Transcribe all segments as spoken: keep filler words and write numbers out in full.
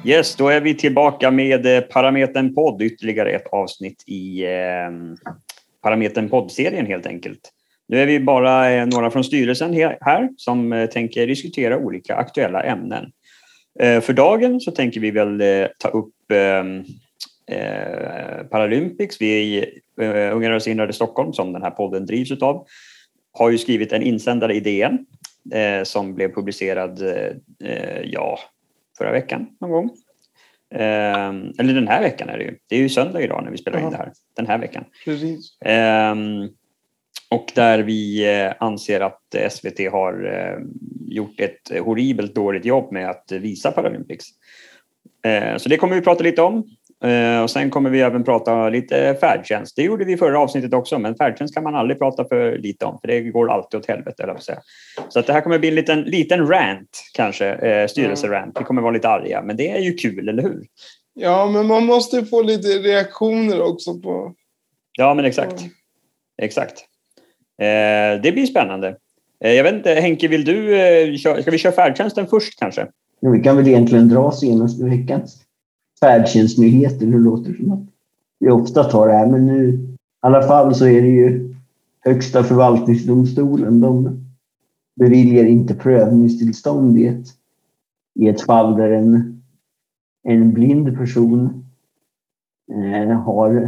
Yes, då är vi tillbaka med Parametern podd, ytterligare ett avsnitt i eh, Parametern podd-serien helt enkelt. Nu är vi bara eh, några från styrelsen här som eh, tänker diskutera olika aktuella ämnen. Eh, för dagen så tänker vi väl eh, ta upp eh, eh, Paralympics. Vi i eh, Unga rörelsehindrade Stockholm, som den här podden drivs utav, har ju skrivit en insändare i D N eh, som blev publicerad eh, ja, förra veckan någon gång. Eh, eller den här veckan är det ju. Det är ju söndag idag när vi spelar in det här. Den här veckan. Precis. Eh, och där vi eh, anser att S V T har eh, gjort ett horribelt dåligt jobb med att visa Paralympics. Eh, så det kommer vi prata lite om. Eh, och sen kommer vi även prata lite färdtjänst. Det gjorde vi i förra avsnittet också, men färdtjänst kan man aldrig prata för lite om, för det går alltid åt helvete, eller vad säga. Så att det här kommer bli en liten, liten rant kanske, eh, styrelserant. Vi kommer vara lite arga, men det är ju kul, eller hur? Ja, men man måste få lite reaktioner också på... Ja, men exakt. Exakt. Eh, det blir spännande. Eh, jag vet inte, Henke, vill du... Eh, köra, ska vi köra färdtjänsten först kanske? Ja, vi kan väl egentligen dra senaste veckans färdtjänstnyheter. Nu låter det som att vi ofta tar det här, men nu i alla fall så är det ju Högsta förvaltningsdomstolen. De beviljar inte prövningstillstånd i ett, i ett fall där en, en blind person eh, har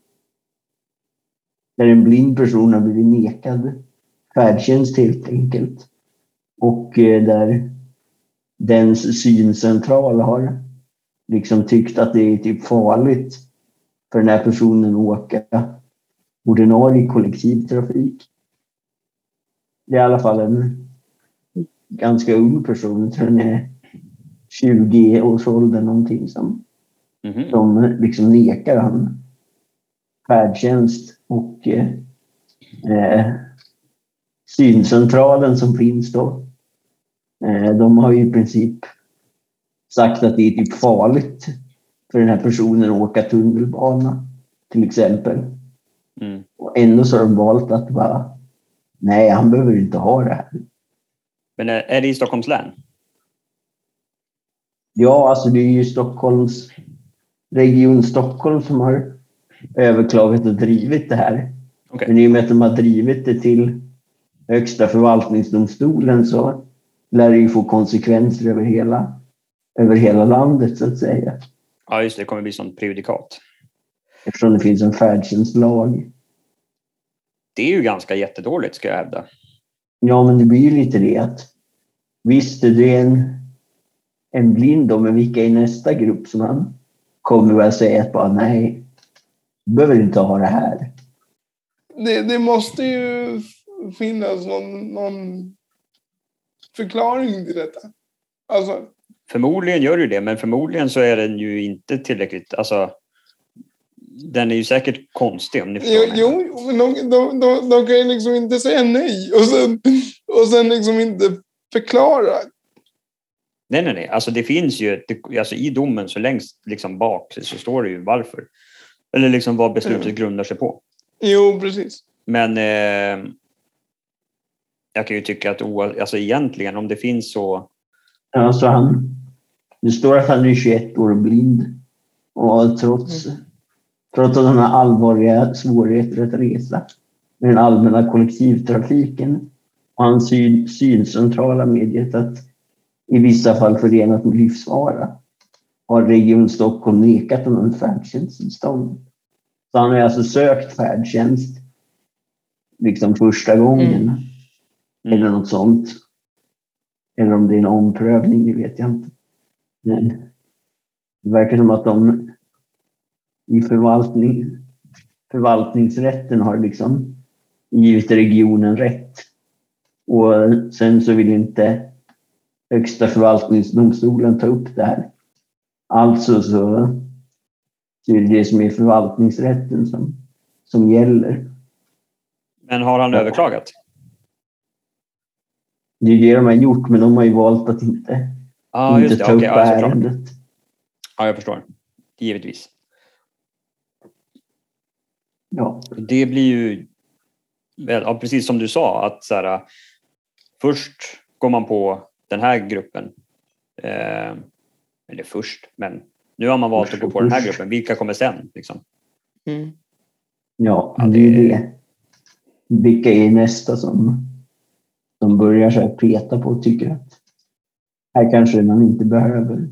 där en blind person har blivit nekad färdtjänst helt enkelt. Och eh, där dens syncentral har liksom tyckt att det är typ farligt för den här personen att åka ordinarie kollektivtrafik. Det är i alla fall en ganska ung person, jag tror den är tjugo års ålder någonting, som, mm-hmm. som liksom nekar han färdtjänst. Och eh, syncentralen som finns då, eh, de har ju i princip sagt att det är typ farligt för den här personen att åka tunnelbana till exempel. Mm. Och ändå så har de valt att bara, nej, han behöver inte ha det här. Men är, är det i Stockholms län? Ja, alltså det är ju Stockholms region Stockholm som har överklagat och drivit det här. Okay. Men i och med att de har drivit det till Högsta förvaltningsdomstolen så lär det ju få konsekvenser över hela, över hela landet så att säga. Ja, just det. Det kommer bli sånt prejudikat. Eftersom det finns en färdtjänstlag. Det är ju ganska jättedåligt, ska jag hävda. Ja, men det blir ju lite det att visst, det är en, en blind då, men vilka är nästa grupp som han kommer att säga att bara nej, du behöver inte ha det här. Det, det måste ju finnas någon, någon förklaring till detta. Alltså... Förmodligen gör det det, men förmodligen så är den ju inte tillräckligt, alltså den är ju säkert konstig om ni förstår. Jo, jo men de, de, de, de kan ju liksom inte säga nej och sen, och sen liksom inte förklara. Nej, nej, nej. Alltså det finns ju, det, alltså i domen så längst liksom bak så står det ju varför. Eller liksom vad beslutet mm. grundar sig på. Jo, precis. Men eh, jag kan ju tycka att alltså egentligen om det finns så... Alltså han, det står att han är tjugoett år och blind. Och trots, mm. trots att han har allvarliga svårigheter att resa med den allmänna kollektivtrafiken. Och han syn, syncentrala mediet att i vissa fall förenat med livsfara har Region Stockholm nekat honom färdtjänsttillstånd. Så han har alltså sökt färdtjänst liksom första gången. Mm. Mm. Eller något sånt. Eller om det är en omprövning, det vet jag inte. Men det verkar som att de i förvaltning, förvaltningsrätten har liksom givit regionen rätt. Och sen så vill inte Högsta förvaltningsdomstolen ta upp det här. Alltså så är det det som är förvaltningsrätten som, som gäller. Men har han ja. överklagat? Det är det de har gjort, men de har ju valt att inte, ah, inte just det. ta Okay, upp ja, ärendet. Ja, jag förstår. Givetvis. Ja. Det blir ju ja, precis som du sa, att så här, först går man på den här gruppen. Eh, eller först, men nu har man valt att gå på den här gruppen. Vilka kommer sen? Liksom? Mm. Ja, det är ju det. Vilka är nästa som, som börjar så här peta på och tycker att här kanske man inte behöver.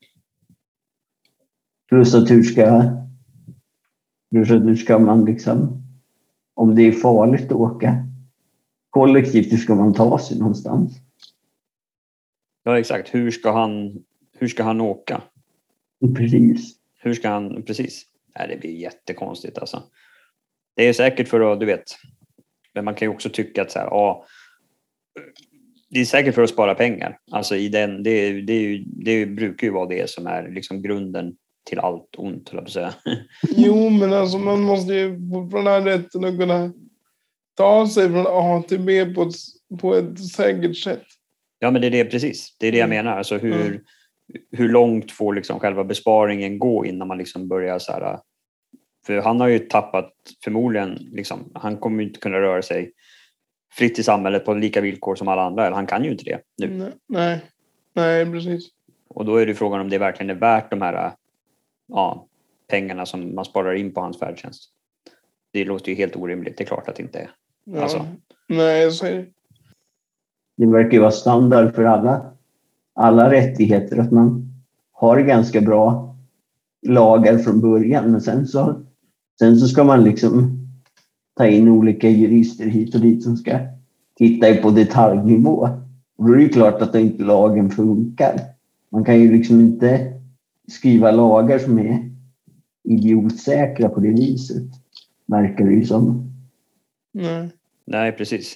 Plus att hur ska, plus att hur ska man liksom, om det är farligt att åka kollektivt, hur ska man ta sig någonstans? Ja, exakt. Hur ska han, hur ska han åka? Precis. Hur ska han, precis. Nej, det blir jättekonstigt alltså. Det är säkert för att, du vet, men man kan ju också tycka att så här, ja, det är säkert för att spara pengar. Alltså i den, det, det, är ju, det brukar ju vara det som är liksom grunden till allt ont, höll jag på att säga. Jo, men alltså man måste ju fortfarande ha rätten att kunna ta sig från A till B på ett, på ett säkert sätt. Ja, men det är det precis. Det är det jag menar. Alltså hur, mm. hur långt får liksom själva besparingen gå innan man liksom börjar så här. För han har ju tappat förmodligen, liksom, han kommer ju inte kunna röra sig fritt i samhället på lika villkor som alla andra. Eller han kan ju inte det nu. Nej, nej, precis. Och då är det frågan om det verkligen är värt de här ja, pengarna som man sparar in på hans färdtjänst. Det låter ju helt orimligt. Det är klart att det inte är. Ja, alltså. Nej, så är det. Det verkar ju vara standard för alla, alla rättigheter att man har ganska bra lagar från början. Men sen så, sen så ska man liksom ta in olika jurister hit och dit som ska titta på detaljnivå. Och då är det klart att inte lagen funkar. Man kan ju liksom inte skriva lagar som är idiotsäkra på det viset. Märker det ju som. Nej. Nej, precis.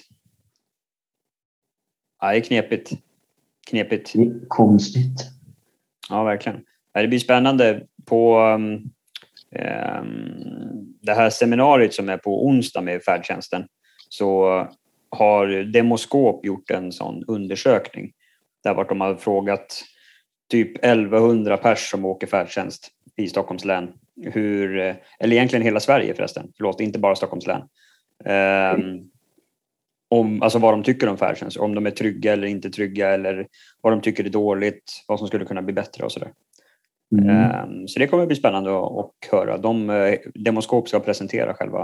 Ja, det är knepigt. Knepigt. Det är konstigt. Ja, verkligen. Det blir spännande på um, um, det här seminariet som är på onsdag med färdtjänsten. Så har Demoskop gjort en sån undersökning. Där vart de har frågat typ elvahundra pers som åker färdtjänst i Stockholms län. Hur, eller egentligen hela Sverige förresten. Förlåt, inte bara Stockholms län. Um, om, alltså vad de tycker om färdtjänst. Om de är trygga eller inte trygga. Eller vad de tycker är dåligt. Vad som skulle kunna bli bättre och sådär. Mm. Um, så det kommer bli spännande att, att höra. De, Demoskop ska presentera själva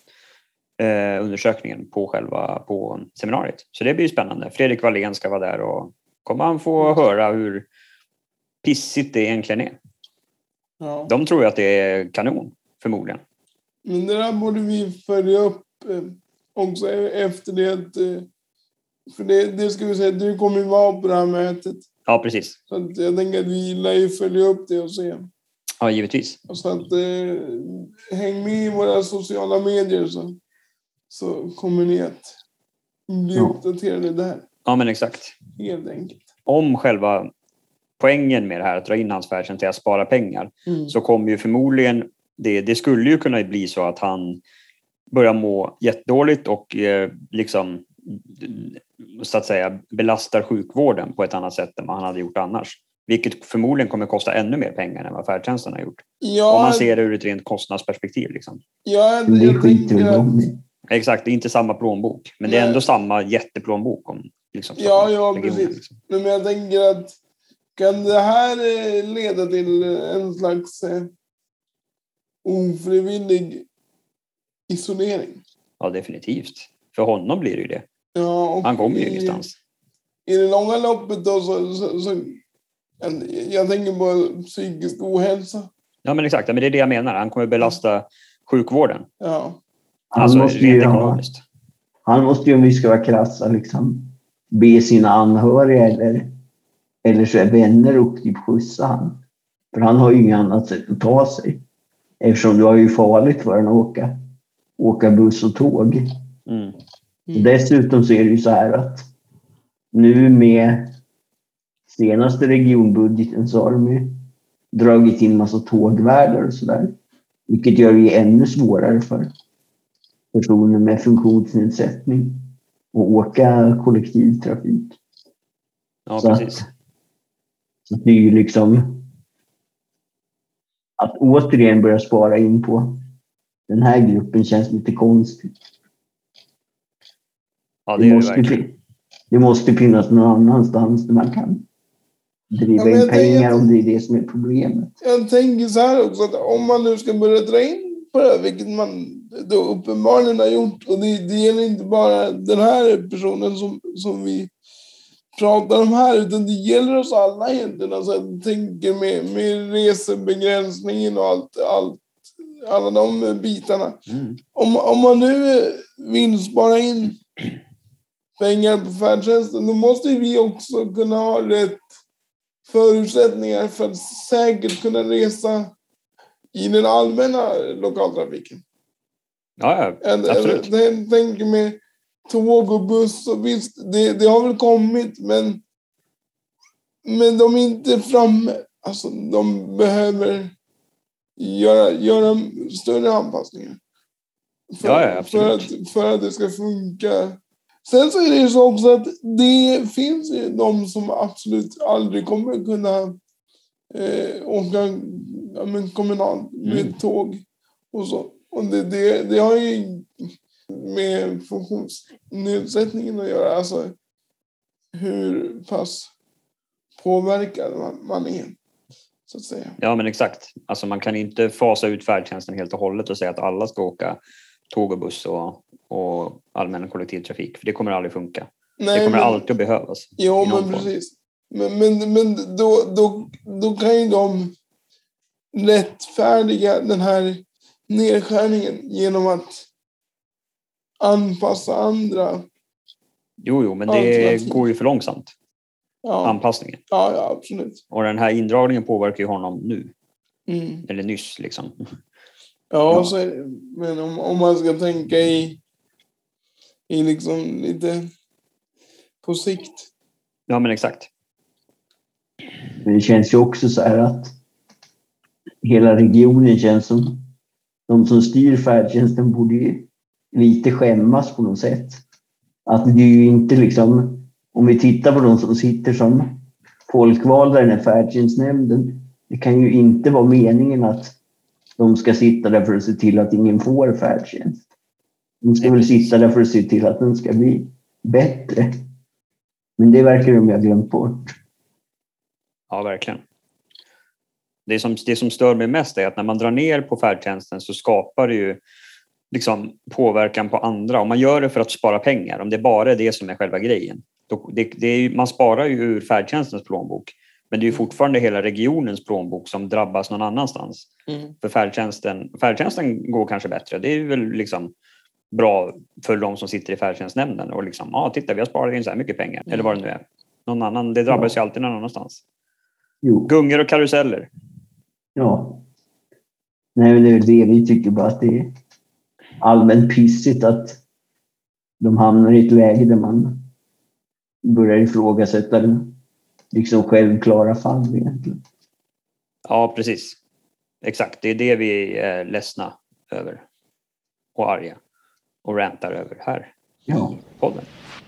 uh, undersökningen på själva på seminariet. Så det blir spännande. Fredrik Wallén ska vara där och kommer han få höra hur pissigt det egentligen är. Ja. De tror ju att det är kanon, förmodligen. Men det där borde vi följa upp eh, också efter det att, eh, för det, det ska vi säga, du kommer ju vara på det här mötet. Ja, precis. Så att jag tänker att vi lär ju följa upp det och se. Ja, givetvis. Och så att eh, häng med i våra sociala medier så, så kommer ni att bli ja. uppdaterade där. Ja, men exakt. Helt enkelt. Om själva poängen med det här att dra in hans färdtjänst till att spara pengar mm. så kommer ju förmodligen det, det skulle ju kunna bli så att han börjar må jättedåligt och eh, liksom så att säga belastar sjukvården på ett annat sätt än vad han hade gjort annars. Vilket förmodligen kommer kosta ännu mer pengar än vad färdtjänsten har gjort. Ja, om man ser det ur ett rent kostnadsperspektiv. Liksom. Ja, det jag tänker att... Exakt, det är inte samma plånbok. Men Nej. det är ändå samma jätteplånbok. Om, liksom, ja, ja, precis. Liksom. Men jag tänker att kan det här leda till en slags eh, ofrivillig isolering? Ja, definitivt. För honom blir det ju det. Ja, han kommer ju ingenstans. I det långa loppet då så, så, så jag, jag tänker på psykisk ohälsa. Ja, men exakt. Men det är det jag menar. Han kommer belasta sjukvården. Ja. Alltså rent ekonomiskt. Han måste ju, om vi ska vara krassa, liksom be sina anhöriga eller, eller så är vänner upp till skjutsa han. För han har ju inget annat sätt att ta sig. Eftersom det var ju farligt för honom att åka, åka buss och tåg. Mm. Mm. Dessutom så är det ju så här att nu med senaste regionbudgeten så har de ju dragit in massa tågvärdar och sådär. Vilket gör det ännu svårare för personer med funktionsnedsättning att åka kollektivtrafik. Ja, så precis. Att, så att det är ju liksom att återigen börja spara in på den här gruppen känns lite konstigt. Ja, det, det, är måste, det, det måste finnas någon annanstans där man kan driva Ja, in pengar tänker, om det är det som är problemet. Jag tänker så här också, att om man nu ska börja dra in på det, vilket man då uppenbarligen har gjort, och det, det gäller inte bara den här personen som, som vi pratar om här, utan det gäller oss alla egentligen. Alltså, jag tänker med, med resebegränsningen och allt, allt, alla de bitarna. Mm. Om, om man nu vill spara in pengar på färdtjänsten, då måste vi också kunna ha rätt förutsättningar för att säkert kunna resa i den allmänna lokaltrafiken. Ja, ja, absolut. Jag, jag tänker med tåg och buss, och visst, det, det har väl kommit, men, men de är inte framme. Alltså, de behöver göra, göra större anpassningar. För, Ja, ja, absolut. för, att, för att det ska funka. Sen så är det ju så också att det finns ju de som absolut aldrig kommer kunna eh, åka ja, men kommunalt med Mm. tåg och så. Och det, det, det har ju med funktionsnedsättningen att göra. Alltså hur pass påverkad man, man är, så att säga. Ja, men exakt. Alltså man kan inte fasa ut färdtjänsten helt och hållet och säga att alla ska åka tåg och buss och, och allmän kollektivtrafik. För det kommer aldrig funka. Nej, det kommer men, alltid att behövas. Jo, men precis. Men, men, men då, då, då kan ju de rättfärdiga den här nedskärningen genom att anpassa andra. Jo, jo, men det alternativ. går ju för långsamt. Ja. Anpassningen. Ja, ja, absolut. Och den här indragningen påverkar ju honom nu. Mm. Eller nyss liksom. Ja, Ja. Så är det. Men om, om man ska tänka i, i liksom lite på sikt. Ja, men exakt. Men det känns ju också så här att hela regionen känns som de som styr färdtjänsten borde ju lite skämmas på något sätt. Att det är ju inte liksom, om vi tittar på de som sitter som folkvalda i den här färdtjänstnämnden, det kan ju inte vara meningen att de ska sitta där för att se till att ingen får färdtjänst. De ska väl sitta där för att se till att den ska bli bättre. Men det verkar de ha glömt bort. Ja, verkligen. Det som, det som stör mig mest är att när man drar ner på färdtjänsten så skapar det ju liksom påverkan på andra. Om man gör det för att spara pengar, om det bara är det som är själva grejen. Då, det, det är ju, man sparar ju ur färdtjänstens plånbok. Men det är ju fortfarande hela regionens plånbok som drabbas någon annanstans. Mm. För färdtjänsten, färdtjänsten går kanske bättre. Det är väl liksom bra för de som sitter i färdtjänstnämnden. Och liksom, ja ah, titta vi har sparat in så här mycket pengar. Mm. Eller vad det nu är. Någon annan, det drabbas ju alltid någon annanstans. Jo. Gungor och karuseller. Ja. Nej, men det är väl det vi tycker, bara att det är allmänt pissigt att de hamnar i ett läge där man börjar ifrågasätta den liksom självklara fall egentligen. Ja, precis. Exakt, det är det vi är ledsna över. Och arga. Och rantar över här. Ja. I podden.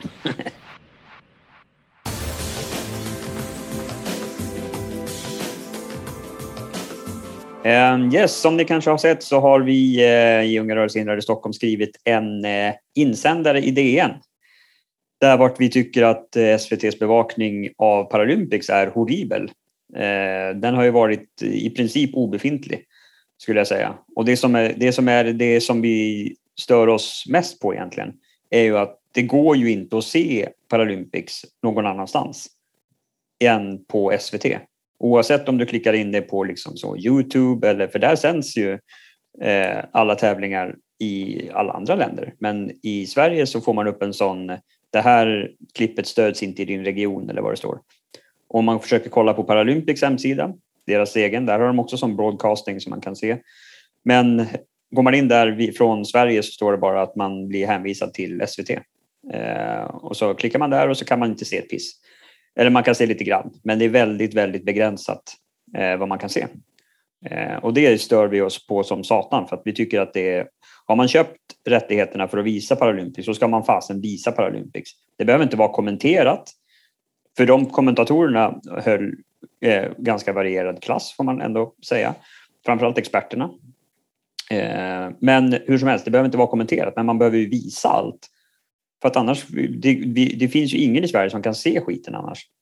Um, yes, som ni kanske har sett så har vi uh, i Unga rörelsehindrade Stockholm skrivit en uh, insändare i D N. Där vart vi tycker att uh, S V T:s bevakning av Paralympics är horribel. Uh, den har ju varit i princip obefintlig, skulle jag säga. Och det som är det som, är, det som vi stör oss mest på egentligen är ju att det går ju inte att se Paralympics någon annanstans än på S V T. Oavsett om du klickar in det på liksom så YouTube, eller för där sänds ju eh, alla tävlingar i alla andra länder. Men i Sverige så får man upp en sån, det här klippet stöds inte i din region eller vad det står. Om man försöker kolla på Paralympics hemsida, deras egen, där har de också som broadcasting som man kan se. Men går man in där från Sverige så står det bara att man blir hänvisad till S V T. Eh, och så klickar man där och så kan man inte se ett piss. Eller man kan se lite grann, men det är väldigt, väldigt begränsat eh, vad man kan se. Eh, och det stör vi oss på som satan, för att vi tycker att det är, har man köpt rättigheterna för att visa Paralympics så ska man fasen visa Paralympics. Det behöver inte vara kommenterat, för de kommentatorerna höll eh, ganska varierad klass får man ändå säga. Framförallt experterna. Eh, men hur som helst, det behöver inte vara kommenterat, men man behöver ju visa allt. För att annars, det, det finns ju ingen i Sverige som kan se skiten annars.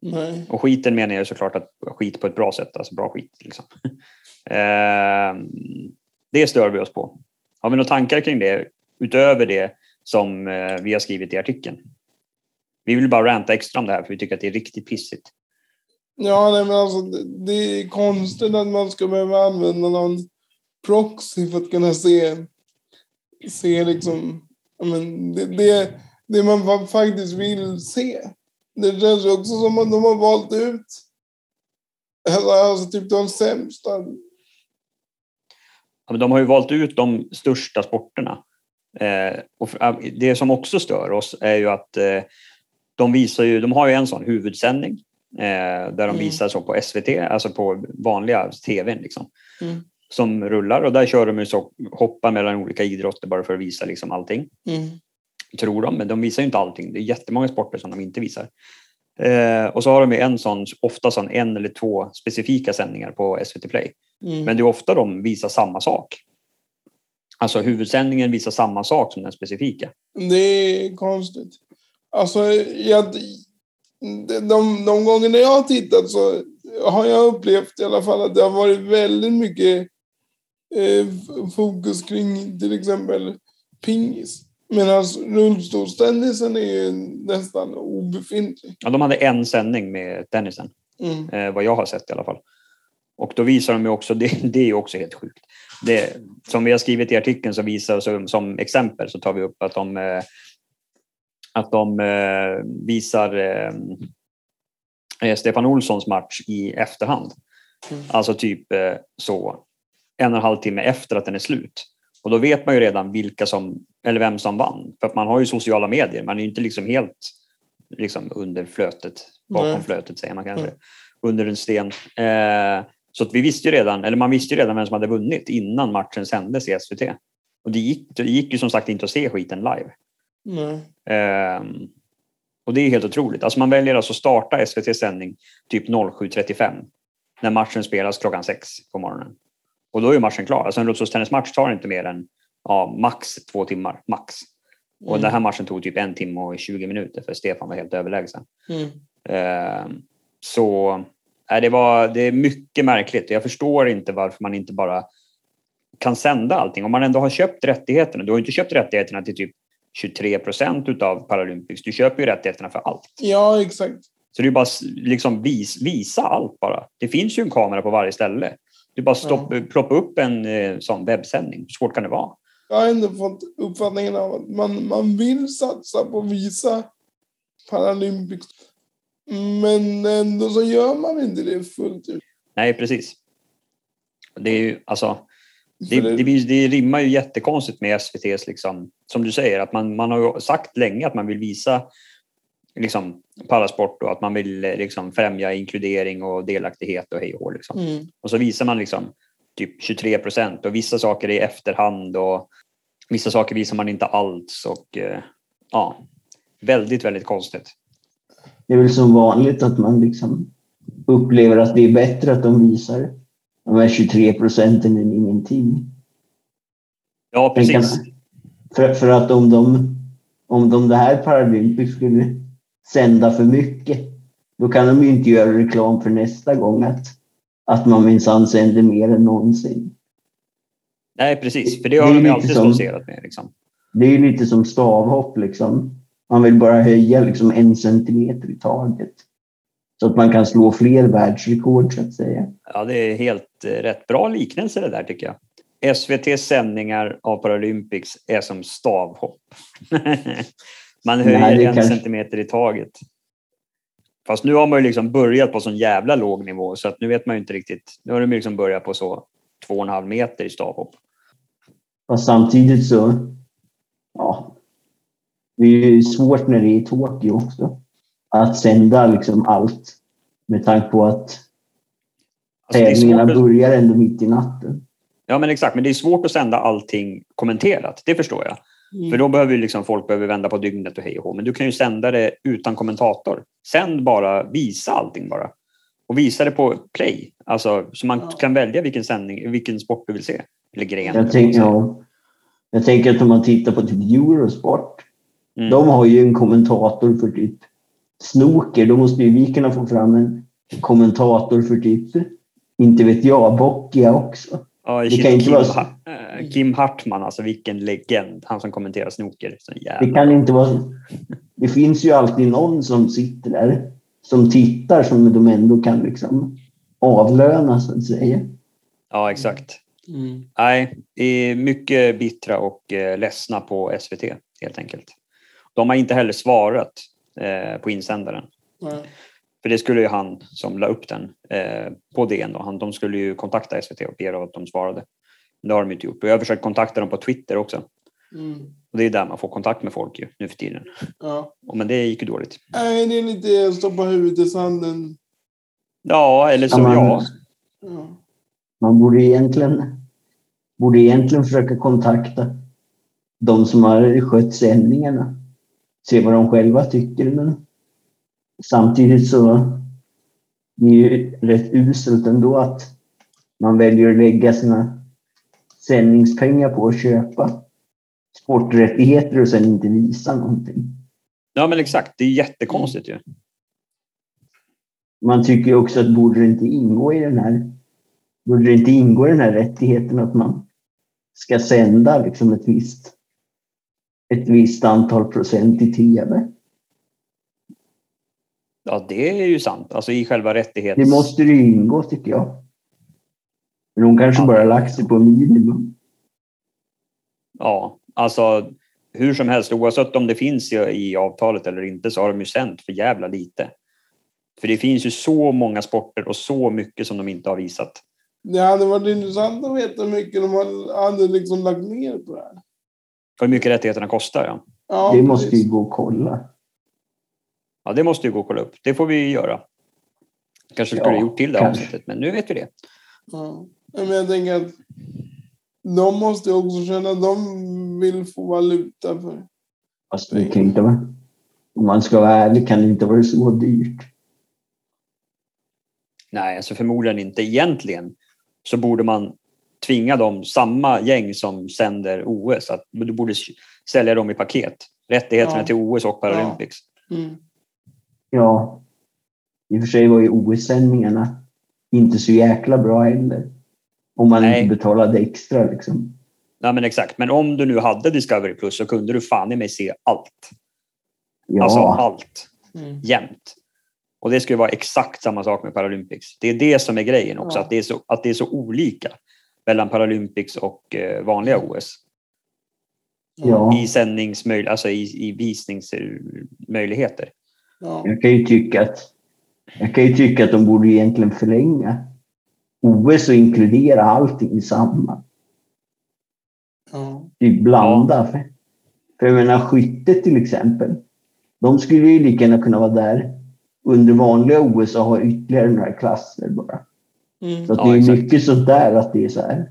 Nej. Och skiten menar jag såklart att skit på ett bra sätt, alltså bra skit liksom. eh, det stör vi oss på. Har vi några tankar kring det utöver det som eh, vi har skrivit i artikeln? Vi vill bara ranta extra om det här för vi tycker att det är riktigt pissigt. Ja, nej, men alltså det, det är konstigt att man ska behöva använda någon proxy för att kunna se se liksom men det, det, det man faktiskt vill se. Det känns ju också som att de har valt ut alltså typ de sämsta. Ja, men de har ju valt ut de största sporterna. Eh, och det som också stör oss är ju att eh, de visar ju, de har ju en sån huvudsändning eh, där de mm. visar så på S V T, alltså på vanliga tvn liksom. Mm. Som rullar och där kör de ju så hoppar mellan olika idrotter bara för att visa liksom allting. Mm. Tror de, men de visar ju inte allting. Det är jättemånga sporter som de inte visar. Eh, och så har de ju en sån, ofta sån en eller två specifika sändningar på S V T Play. Mm. Men det är ofta de visar samma sak. Alltså huvudsändningen visar samma sak som den specifika. Det är konstigt. Alltså jag, de, de gångerna jag har tittat så har jag upplevt i alla fall att det har varit väldigt mycket eh, fokus kring till exempel pingis. Medan rullstolstennisen är ju nästan obefintlig. Ja, de hade en sändning med tennisen. Mm. Eh, vad jag har sett i alla fall. Och då visar de ju också, det, det är ju också helt sjukt. Det, som vi har skrivit i artikeln så visar så, som exempel så tar vi upp att de, eh, att de eh, visar eh, Stefan Olssons match i efterhand. Mm. Alltså typ eh, så en och en halv timme efter att den är slut. Och då vet man ju redan vilka som, eller vem som vann. För att man har ju sociala medier. Man är ju inte liksom helt liksom under flötet. Bakom mm. flötet säger man kanske. Mm. Under en sten. Eh, så att vi visste ju redan, eller man visste ju redan vem som hade vunnit innan matchen sändes i S V T. Och det gick, det gick ju som sagt inte att se skiten live. Mm. Eh, och det är helt otroligt. Alltså man väljer alltså starta S V T-sändning typ sju trettiofem. När matchen spelas klockan sex på morgonen. Och då är matchen klar. Alltså en rullstolstennismatch tar inte mer än ja, max två timmar. Max. Och mm. den här matchen tog typ en timme och tjugo minuter för Stefan var helt överlägsen. Mm. Eh, så äh, det, var, det är mycket märkligt. Jag förstår inte varför man inte bara kan sända allting. Om man ändå har köpt rättigheterna. Du har inte köpt rättigheterna till typ tjugotre procent utav Paralympics. Du köper ju rättigheterna för allt. Ja, exakt. Så det är bara liksom vis, visa allt bara. Det finns ju en kamera på varje ställe. Du bara stopp, ja. ploppa upp en eh, sån webbsändning. Hur svårt kan det vara? Jag har ändå fått uppfattningen av att man, man vill satsa på att visa Paralympics. Men ändå så gör man inte det fullt ut. Nej, precis. Det är ju, alltså... Det, det, det, det rimmar ju jättekonstigt med S V T:s, liksom, som du säger, att man, man har ju sagt länge att man vill visa liksom, parasport och att man vill liksom, främja inkludering och delaktighet och hej och hår. Liksom. Mm. Och så visar man liksom, typ tjugotre procent och vissa saker i efterhand och vissa saker visar man inte alls. Och eh, ja, väldigt, väldigt konstigt. Det är väl som vanligt att man liksom upplever att det är bättre att de visar de här tjugotre procenten än ingenting. Ja, precis. För, för att om de, om de det här Paralympics skulle sända för mycket, då kan de ju inte göra reklam för nästa gång att, att man minsann sänder mer än någonsin. Nej, precis. För det har det de alltid stoltserat med. Liksom. Det är ju lite som stavhopp. Liksom. Man vill bara höja liksom, en centimeter i taget. Så att man kan slå fler världsrekord, så att säga. Ja, det är helt rätt bra liknelse det där, tycker jag. S V T:s sändningar av Paralympics är som stavhopp. Man höjer Nej, en kanske... centimeter i taget. Fast nu har man ju liksom börjat på sån jävla låg nivå. Så att nu vet man ju inte riktigt. Nu har de liksom börjat på så två och en halv meter i stavhopp. Fast samtidigt så... Ja. Det är ju svårt när det är i Tokyo också. Att sända liksom allt. Med tanke på att alltså, tävlingarna att... börjar ändå mitt i natten. Ja, men exakt. Men det är svårt att sända allting kommenterat. Det förstår jag. Mm. För då behöver ju liksom folk behöver vända på dygnet och hej och hå. Men du kan ju sända det utan kommentator. Sänd bara, visa allting bara. Och visa det på play. Alltså, så man ja. kan välja vilken sändning, vilken sport du vill se. Eller gren. Jag, tänk, ja. jag tänker att om man tittar på typ Eurosport. Mm. De har ju en kommentator för typ snooker, då måste ju vi kunna få fram en kommentator för typ, inte vet jag, Bocchia också. Ja, det shit, kan inte Kim, vara... ha- Kim Hartman, alltså vilken legend. Han som kommenterar snooker. Så det kan inte vara... Det finns ju alltid någon som sitter där, som tittar, som de ändå kan liksom avlöna, så att säga. Ja, exakt. Mm. Nej, är mycket bittra och eh, ledsna på S V T helt enkelt. De har inte heller svarat eh, på insändaren. Nej. För det skulle ju han som la upp den eh, på D N då. Han, de skulle ju kontakta S V T och begära att de svarade. Men det har de inte gjort. Och jag har försökt kontakta dem på Twitter också. Mm. Och det är där man får kontakt med folk ju, nu för tiden. Ja. Och, men det gick ju dåligt. Nej, det är lite stoppa huvudet i sanden. Ja, eller så Ja, man- ja. Ja. Man borde egentligen, borde egentligen försöka kontakta de som har skött sändningarna. Se vad de själva tycker. Men samtidigt så det är ju rätt uselt ändå att man väljer att lägga sina sändningspengar på att köpa sporträttigheter och sen inte visa någonting. Ja, men exakt. Det är jättekonstigt ju. Man tycker ju också att borde det inte ingå i den här borde det inte ingå i den här rättigheten att man ska sända liksom ett visst ett visst antal procent i tv. Ja, det är ju sant. Alltså i själva rättighets... Det måste det ju ingå, tycker jag. Men de kanske Ja. bara lagt sig på minimum. Ja, alltså hur som helst, oavsett om det finns i, i avtalet eller inte, så har de ju sänt för jävla lite. För det finns ju så många sporter och så mycket som de inte har visat. Det hade varit intressant att veta hur mycket de hade liksom lagt ner på det här. För hur mycket rättigheterna kostar, ja. Ja, Det precis. måste ju gå och kolla. Ja, det måste ju gå och kolla upp. Det får vi göra. Kanske skulle Ja, ha gjort till det kanske. avsnittet, men nu vet vi det. Ja. Men jag tänker att de måste ju också känna att de vill få valuta för. Fast det kan inte vara. Om man ska vara ärlig kan det inte vara så dyrt. Nej, alltså förmodligen inte. Egentligen så borde man tvinga dem, samma gäng som sänder O S, att du borde sälja dem i paket. Rättigheterna Ja. till O S och Paralympics. Mm. Ja. I och för sig var ju O S-sändningarna inte så jäkla bra heller. Om man Nej. inte betalade extra liksom. Ja, men exakt. Men om du nu hade Discovery Plus så kunde du fan i mig se allt. Ja, Alltså allt. Mm. Jämt. Och det skulle vara exakt samma sak med Paralympics. Det är det som är grejen också. Ja. Att, det är så, att det är så olika mellan Paralympics och eh, vanliga O S. ja. I sändningsmöjligheter, alltså i, i visningsmöjligheter. Ja. Jag kan ju tycka att jag kan ju tycka att de borde egentligen förlänga O S och inkludera allting i samma. Ja. Typ blanda. För, för jag menar skyttet till exempel. De skulle ju lika gärna kunna vara där under vanliga O S och ha ytterligare några klasser bara. Mm. Så att Ja, det är exakt. mycket sånt där att det är så här.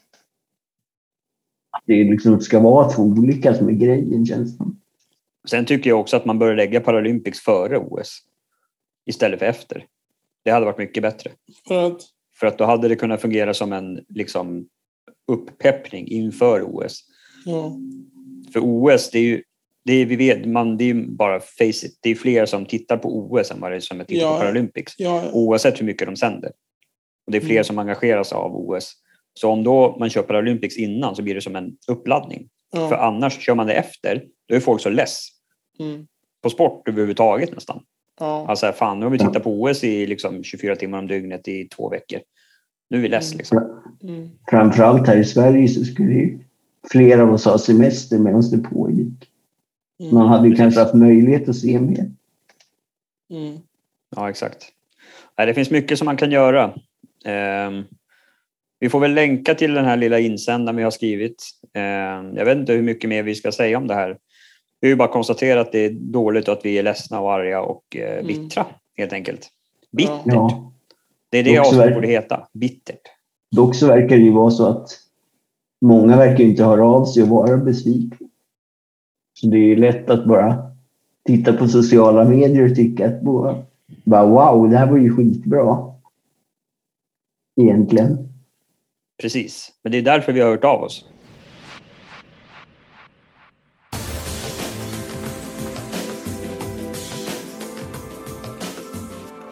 Att det liksom ska vara två olika som är grejen, känns det. Sen tycker jag också att man bör lägga Paralympics före O S. Istället för efter. Det hade varit mycket bättre. För att. För att då hade det kunnat fungera som en liksom, upppeppning inför O S. Ja. För O S, det är ju det är, vi vet, man, det är ju bara face it. Det är fler som tittar på O S än vad det är som tittar Ja. på Paralympics. Ja. Oavsett hur mycket de sänder. Och det är fler Mm. som engageras av O S. Så om då man kör Paralympics innan så blir det som en uppladdning. Ja. För annars kör man det efter, då är folk så less Mm. på sport överhuvudtaget nästan. Ja. Alltså fan, nu har vi tittat på O S i liksom tjugofyra timmar om dygnet i två veckor. Nu är vi less Mm. liksom. Mm. Framförallt här i Sverige så skulle ju flera av oss ha semester medan det pågick. Mm. Man hade ju precis. kanske haft möjlighet att se mer. Mm. Ja, exakt. Nej, det finns mycket som man kan göra. Ehm, vi får väl länka till den här lilla insändaren vi har skrivit. Ehm, jag vet inte hur mycket mer vi ska säga om det här. Vi har ju bara konstaterat att det är dåligt och att vi är ledsna och arga och eh, Mm. bittra, helt enkelt. Bittert. Ja. Det är det Också avsnittet verk- borde heta. Bittert. Dock så verkar det ju vara så att många verkar inte höra av sig och vara besvikna. Så det är ju lätt att bara titta på sociala medier och tycka att bara, bara wow, det här var ju skitbra. Egentligen. Precis. Men det är därför vi har hört av oss.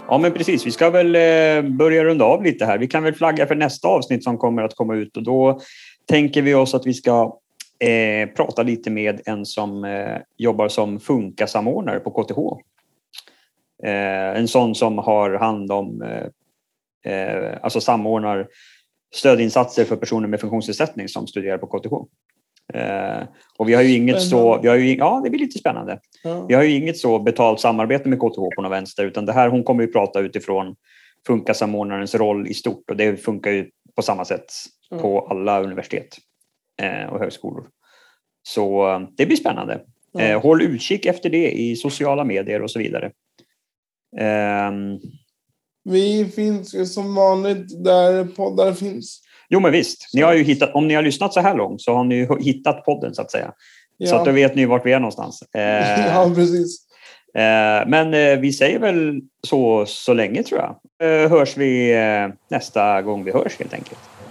Ja, men precis. Vi ska väl eh, börja runda av lite här. Vi kan väl flagga för nästa avsnitt som kommer att komma ut. Och då tänker vi oss att vi ska eh, prata lite med en som eh, jobbar som Funka-samordnare på K T H. Eh, en sån som har hand om, eh, eh, alltså samordnar stödinsatser för personer med funktionsnedsättning som studerar på K T H. Eh, och vi har ju inget så, vi har ju, ja det blir lite spännande. Ja. Vi har ju inget så betalt samarbete med K T H på någon vänster, utan det här, hon kommer ju prata utifrån Funka-samordnarens roll i stort, och det funkar ju på samma sätt ja. på alla universitet eh, och högskolor. Så eh, det blir spännande. Ja. Eh, håll utkik efter det i sociala medier och så vidare. Eh, vi finns ju som vanligt där poddar finns. Jo men visst, ni har ju hittat, om ni har lyssnat så här långt så har ni ju hittat podden så att säga. Ja. Så att då vet ni vart vi är någonstans. Eh, ja, precis. Eh, men eh, vi säger väl så, så länge tror jag. Eh, hörs vi eh, nästa gång vi hörs helt enkelt.